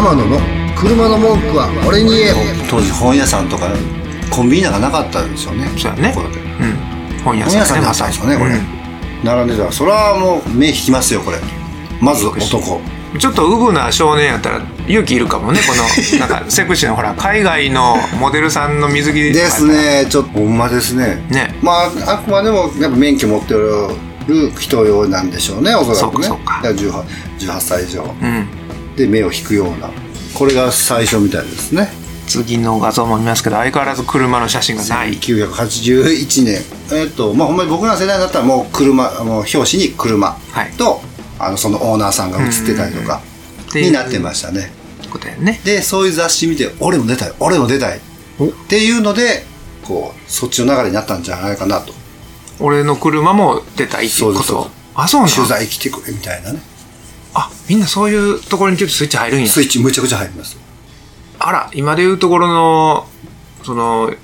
天野の車の文句は俺に言え。 当時本屋さんとかコンビニなんかなかったんですよね。 そうやね。本屋さんにあったんですよね、これ。並んでたら、それはもう目引きますよ、これ。まず男。 ちょっとウブな少年やったら勇気いるかもね、このなんかセクシーなほら海外のモデルさんの水着ですね。ちょっとほんまですね。 ね。 まああくまでもやっぱ免許持ってる人用なんでしょうね、おそらくね。 そうか。 18歳以上、で目を引くような、これが最初みたいですね。 次の画像も見ますけど、相変わらず車の写真がない。 1981年、まあほんまに僕らの世代だったらもう車、もう表紙に車と、そのオーナーさんが写ってたりとかになってましたね。 ことやね。 でそういう雑誌見て、俺も出たいっていうので、こうそっちの流れになったんじゃないかなと。 俺の車も出たいっていうこと。あ、そうなんだ。 取材来てくれみたいなね。 あ、みんなそういうところにちょっとスイッチ入るんや。 スイッチむちゃくちゃ入ります。 あら、今でいうところのその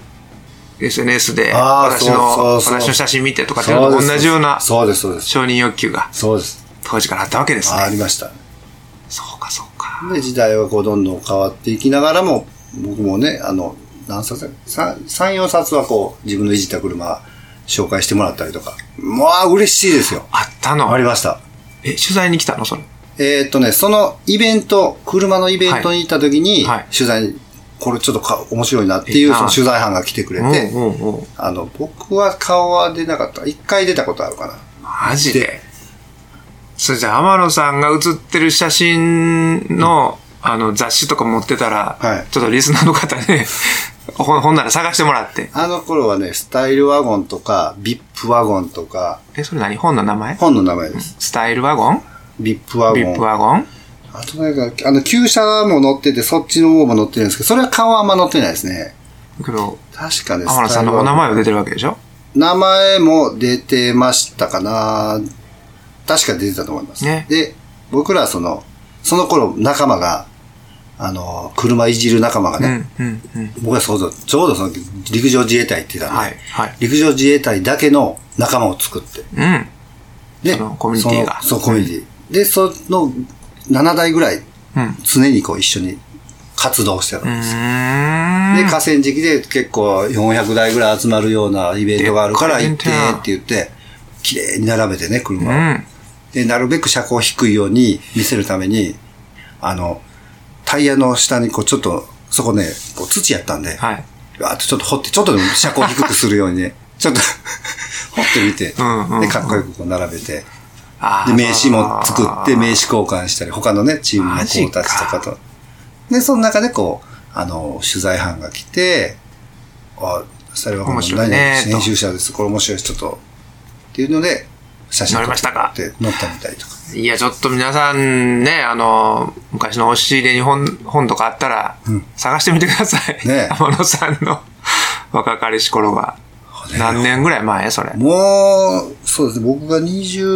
SNS で私の写真見てとかっていうのと同じような承認欲求が当時からあったわけですね。 ありました。 そうかそうか。 で時代はこうどんどん変わっていきながらも、僕もね、何冊3、4冊はこう自分のいじった車紹介してもらったりとか、まあ嬉しいですよ。 あったの？ ありました。 取材に来たのそれ？ そのイベント、車のイベントに行った時に、取材、これちょっと面白いなっていうその取材班が来てくれて、僕は顔は出なかった。1回出たことあるかな。 マジで？それじゃあ天野さんが写ってる写真の、雑誌とか持ってたら、ちょっとリスナーの方ね、ほんなら探してもらって。 あの頃はね、スタイルワゴンとか、ビップワゴンとか。 それ何？本の名前？ 本の名前です。 スタイルワゴン？ ビップワゴン。あとなんか、旧車も乗ってて、そっちの方も乗ってるんですけど、それは顔はあんま乗ってないですね。 けど、 確かね、 天野さんのお名前は出てるわけでしょ？ 名前も出てましたかな。確か出てたと思います。ね、で、僕らはその頃仲間が、車いじる仲間がね、僕はちょうどその陸上自衛隊って言ってたんで、陸上自衛隊だけの仲間を作って、 で、そのコミュニティが。 そう、コミュニティ。で、その7台ぐらい、常にこう一緒に活動してたんですよ。で、河川敷で結構400台ぐらい集まるようなイベントがあるから行ってって言って、綺麗に並べてね、車を。で、なるべく車高低いように見せるために、タイヤの下にこうちょっと、そこね、こう土やったんで、あとちょっと掘って、ちょっとでも車高低くするようにね、ちょっと掘ってみて、で、かっこよくこう並べて、で、名刺も作って名刺交換したり、他のね、チームの子たちとかと。で、その中でこう、取材班が来て、それは何々編集者です。これ面白いです、ちょっと。っていうので、写真撮って載ったみたりとか。 いや、ちょっと皆さんね、昔の押し入れに本とかあったら、探してみてください。ね、天野さんの若かりし頃は。何年ぐらい前それ？ もう、そうですね、僕が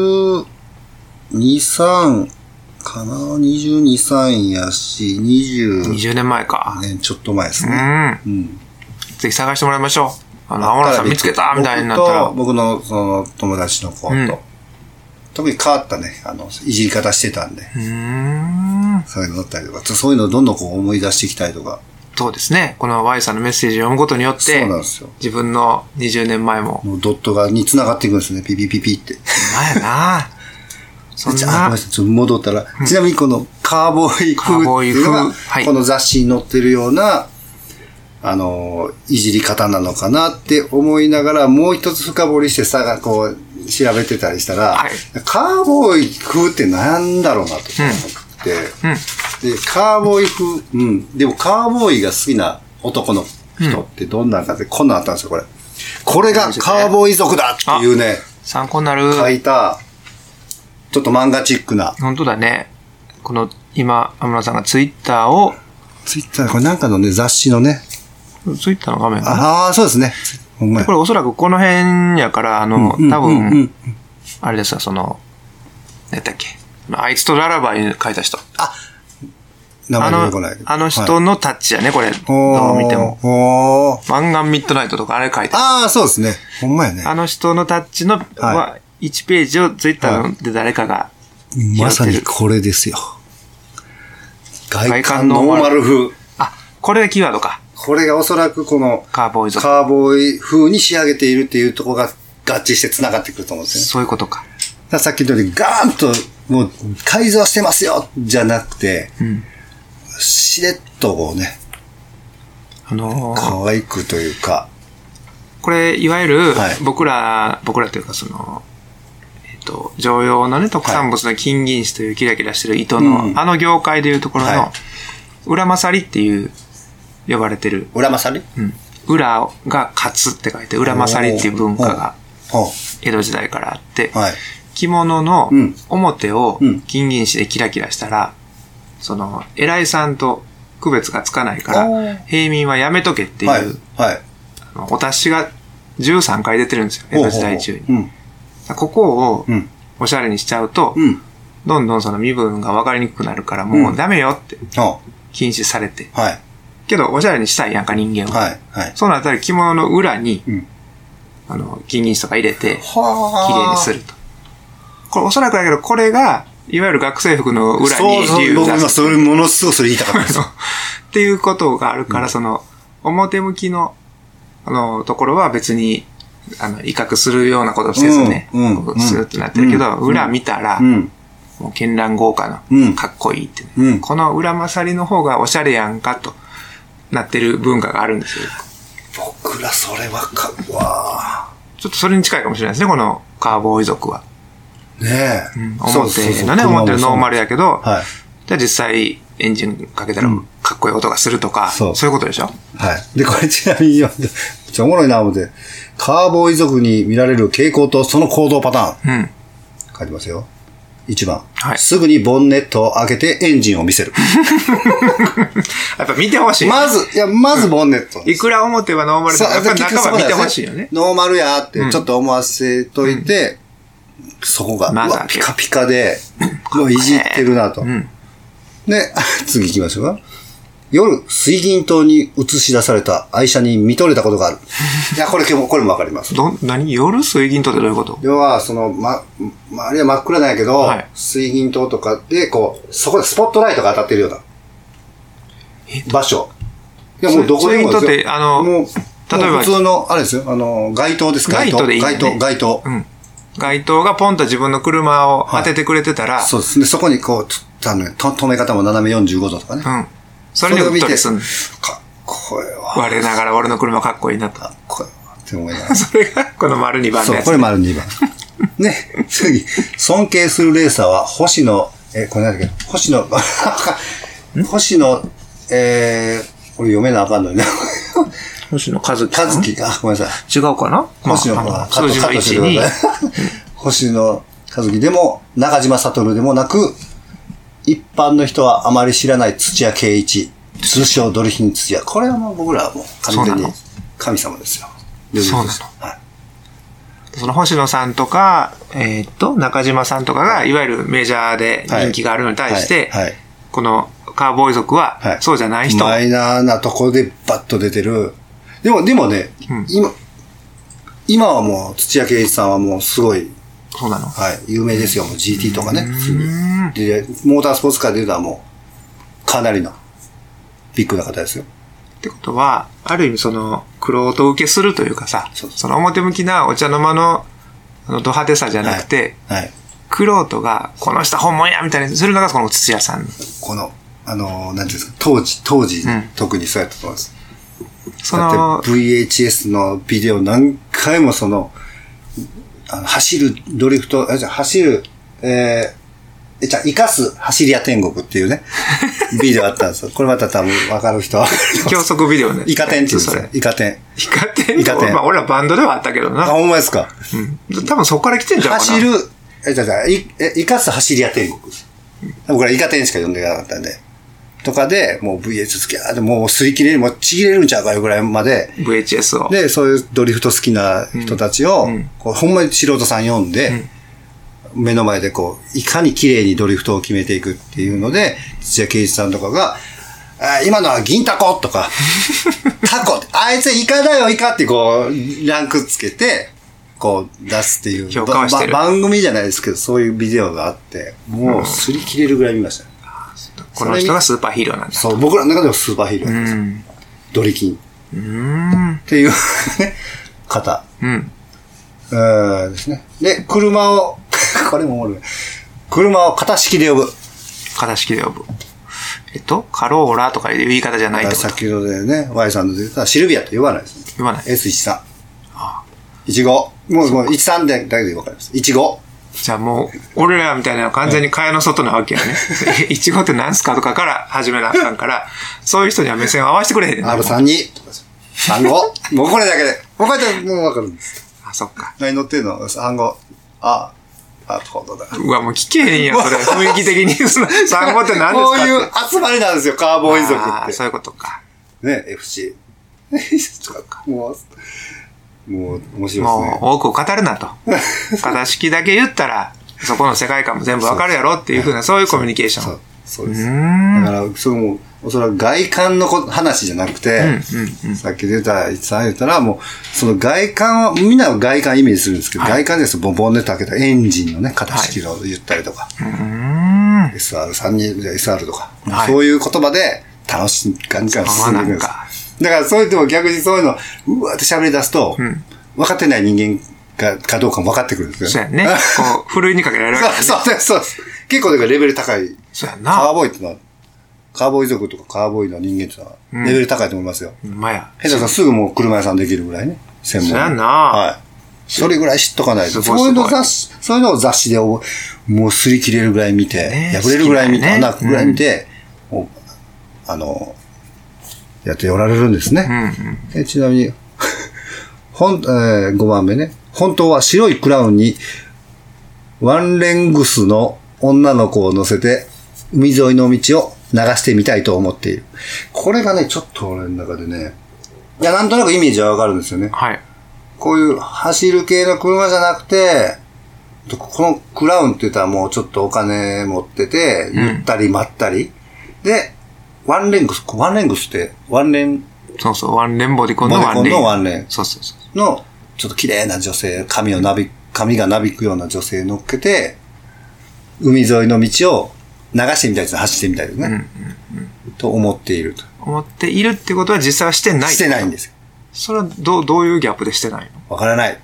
22、3かな、22、3やし、 20年前か。 ちょっと前ですね。 ぜひ探してもらいましょう。天野さん見つけたみたいになったら。 僕のその友達の子と、特に変わったね、いじり方してたんで。そういうのだったりとか、そういうのをどんどんこう思い出していきたいとか。 そうですね。この Y さんのメッセージを読むことによって、そうなんですよ。自分の20年前も。 ドットに繋がっていくんですね。ピピピピって。 まやなそんな。ごめんなさい、ちょっと戻ったら、ちなみにこのカーボーイ風っていうのが、この雑誌に載ってるような、いじり方なのかなって思いながら、もう一つ深掘りしてこう、調べてたりしたら、カーボーイ風ってなんだろうなと思って、で、カーボーイ風、でもカーボーイが好きな男の人ってどんな感じで、こんなんあったんですよ、これ。これがカーボーイ族だっていうね、 参考になる。 書いた、ちょっと漫画チックな。 本当だね。この、今、天野さんがツイッター、 これなんかのね、雑誌のね。 ツイッターの画面ああ、そうですね。 これおそらくこの辺やから、多分、あれですわ、何だっけ。あいつとララバイに書いた人。 名前出てこない。 あの人のタッチやね、これ。どう見ても。湾岸ミッドナイトとかあれ書いてああ、そうですね。ほんまやね。 あの人のタッチの1ページをツイッターで誰かが。 まさにこれですよ。 外観ノーマル風。 あ、これがキーワードか。 これがおそらくこのカーボーイ風に仕上げているっていうところが合致して繋がってくると思うんですね。 そういうことか。 さっき言ったようにガーンともう改造してますよじゃなくて、しれっとこうね、可愛くというか。 これ、いわゆる僕らというか常用のね、特産物の金銀糸というキラキラしてる糸の、あの業界でいうところの、裏勝りっていう呼ばれてる。 裏勝り？ 裏が勝つって書いて、裏勝りっていう文化が江戸時代からあって、着物の表を金銀糸でキラキラしたら、偉いさんと区別がつかないから、平民はやめとけっていう、お達しが13回出てるんですよ、江戸時代中に。ここをおしゃれにしちゃうと、どんどん身分が分かりにくくなるから、もうダメよって禁止されて。けど、おしゃれにしたいやんか、人間は。そうなったら着物の裏に、金銀糸とか入れて、綺麗にすると。これおそらくだけど、これが、いわゆる学生服の裏に僕今それものすごくそれ言いたかったです。 っていうことがあるから、表向きの、ところは別に、威嚇するようなことをせずね、するってなってるけど、裏見たら、もう絢爛豪華の、かっこいいってね。この裏勝りの方がおしゃれやんかとなってる文化があるんですよ。 僕らそれわかるわ。 ちょっとそれに近いかもしれないですね、このカーボーイ族は。 ねえ。 表のね、表のノーマルやけど、じゃあ実際エンジンかけたらかっこいい音がするとか、そういうことでしょ？ はい。で、これちなみに、めっちゃおもろいな思って、カーボーイ族に見られる傾向とその行動パターン。書いてますよ。1番。すぐにボンネットを開けてエンジンを見せる。 やっぱ見てほしい。 まずボンネット。 いくら表はノーマルでもやっぱ中は見てほしいよね。 ノーマルやってちょっと思わせといて、そこが、ピカピカで、いじってるなと。で、次行きましょうか。夜、水銀灯に映し出された愛車に見とれたことがある。いや、これもわかります。 夜水銀灯ってどういうこと？ 要は、周りは真っ暗なんやけど、水銀灯とかで、そこでスポットライトが当たってるような場所。いや、もうどこでもですよ。水銀灯って、例えば。普通の、あれですよ、街灯です、 街灯でいいね。 街灯。 街灯がポンと自分の車を当ててくれてたら。 そうですね。そこに止め方も斜め45度とかね。 それにうっとりすんの。 かっこいいわ。 我ながら俺の車かっこいいなと。 かっこいいわ。って思いながら。 それが、この丸2番のやつ。 そう、これ丸2番。ね、次。尊敬するレーサーは、星野、これなんだっけ、星野、これ読めなあかんのにね。 星野和樹。 和樹か。ごめんなさい。 違うかな？ 星野数字の1に。 星野和樹でも、中島悟でもなく、一般の人はあまり知らない土屋圭一。通称ドルフィン土屋。これはもう僕らはもう完全に神様ですよ。 そうなの。その星野さんとか、中島さんとかが、いわゆるメジャーで人気があるのに対して、このカーボーイ族は、そうじゃない人。 マイナーなところでバッと出てる。でもね、今はもう土屋圭一さんはもうすごい、 そうなの？ 有名ですよ。もう GT とかね、普通に。で、モータースポーツカーで言うのはもう、かなりのビッグな方ですよ。 ってことは、ある意味玄人受けするというかさ、その表向きなお茶の間のド派手さじゃなくて、玄人がこの人本物やみたいにするのがこの土屋さん。 この、なんていうんですか、当時、特にそうやったと思います。だって VHS のビデオ何回も走るドリフト、走る、生かす走り屋天国っていうね、ビデオあったんですよ。これまた多分分かる人は。 教則ビデオね。 イカ天って言うんですよ。イカ天。 イカ天。まあ俺らバンドではあったけどな。 ほんまですか。 多分そこから来てんじゃんかな。 生かす走り屋天国です。僕らイカ天しか読んでなかったんで。とかで、もう VHS 好きでもう擦り切れる、もうちぎれるんちゃうかいうぐらいまで。 VHS を。 で、そういうドリフト好きな人たちを、ほんまに素人さん読んで、目の前でいかに綺麗にドリフトを決めていくっていうので、土屋圭一さんとかが、今のは銀タコとか、タコあいつイカだよ、イカってランクつけて、出すっていう。番組じゃないですけど、そういうビデオがあって、もう擦り切れるぐらい見ましたね。 この人がスーパーヒーローなんだ。 そう、僕らの中ではスーパーヒーローなんですよ。ドリキン。っていうね、方。ですね。で、車を、これもおもろい。車を型式で呼ぶ。 型式で呼ぶ。カローラとかいう言い方じゃないってこと。 先ほどでね、Y さんの出てたシルビアって呼ばないです。 呼ばない。 S13。15。もう13でだけで分かります。15。 じゃあもう、俺らみたいなのは完全に蚊帳の外なわけやね。15って何すかとかから始めなあかんから、そういう人には目線を合わせてくれへんねん。 R32。35。もうこれだけで。もうこれでもう分かるんです。 あ、そっか。 何乗ってんの ?35。そうだ。 うわ、もう聞けへんやん、それ。雰囲気的に。35って何ですかって。 こういう集まりなんですよ、カーボーイ族って。 そういうことか。 ね、FC。もう面白いですね。 もう多くを語るなと。型式だけ言ったら、そこの世界観も全部わかるやろっていうふうな、そういうコミュニケーション。 そうです。だから、もう、おそらく外観の話じゃなくて、さっき出た、言ったら、もう、その外観は、みんな外観イメージするんですけど、外観ですとボンネット開けたエンジンのね、型式を言ったりとか、SR32、SR とか、そういう言葉で楽しい感じが進んでいくんです。だから、そういうでも逆にそういうの、うわって喋り出すと、分かってない人間かどうかも分かってくるんですよ。 そうやね。こう、ふるいにかけられるわけですね。 そうです。結構だからレベル高い。 そうやな。 カーボーイってのは、カーボーイ族とかカーボーイの人間ってのは、レベル高いと思いますよ。下手したらすぐもう車屋さんできるぐらいね。専門。 そうやな。 はい。それぐらい知っとかないと。そういうのを雑誌でもう擦り切れるぐらい見て、破れるぐらい見て、穴開くぐらい見て、やっておられるんですね。ちなみに、5番目ね。本当は白いクラウンに、ワンレングスの女の子を乗せて、海沿いの道を流してみたいと思っている。これがね、ちょっと俺の中でね、いや、なんとなくイメージはわかるんですよね。 はい。 こういう走る系の車じゃなくて、このクラウンって言ったらもうちょっとお金持ってて、ゆったりまったり。で、ワンレングスって、 そう、ワンレンボディコンのワンレン。 のワンレン。 そう。 の、ちょっと綺麗な女性、髪がなびくような女性乗っけて、海沿いの道を流してみたいです。走ってみたいですね。と思っていると。 思っているってことは実際はしてない。 してないんですよ。 それはどういうギャップでしてないの？ わからない。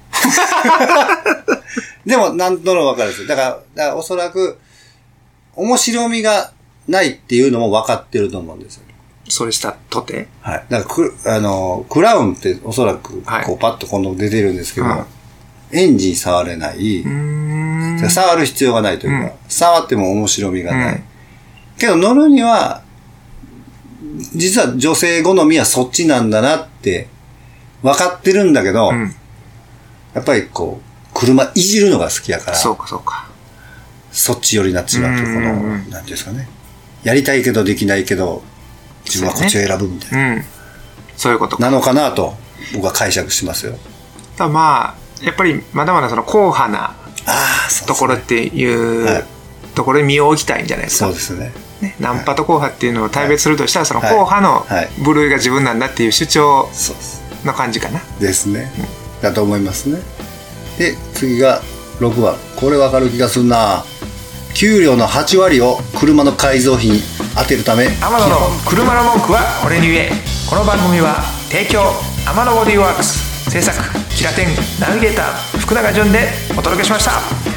でも、なんとなくわかるんですよ。だからおそらく、面白みがないっていうのも分かってると思うんですよ。 それしたとて？ はい。だからクラウンっておそらく、こうパッと今度出てるんですけど、エンジン触れない。触る必要がないというか、触っても面白みがない。けど乗るには、実は女性好みはそっちなんだなって分かってるんだけど、やっぱりこう、車いじるのが好きやから、 そうか。 そっち寄りになっちまうと、この、なんていうんですかね。やりたいけどできないけど、自分はこっちを選ぶみたいな。 そういうことか。 なのかなと、僕は解釈しますよ。 ただやっぱりまだまだその硬派なところっていうところに身を置きたいんじゃないですか。 そうですね。 ナンパと硬派っていうのを大別するとしたら、その硬派の部類が自分なんだっていう主張の感じかな。 ですね。だと思いますね。で、次が6番。これ分かる気がするな。給料の8割を車の改造費に当てるため。 天野の車の文句は俺に言え。この番組は提供天野ボディーワークス、制作キラテンナビゲーター福永潤でお届けしました。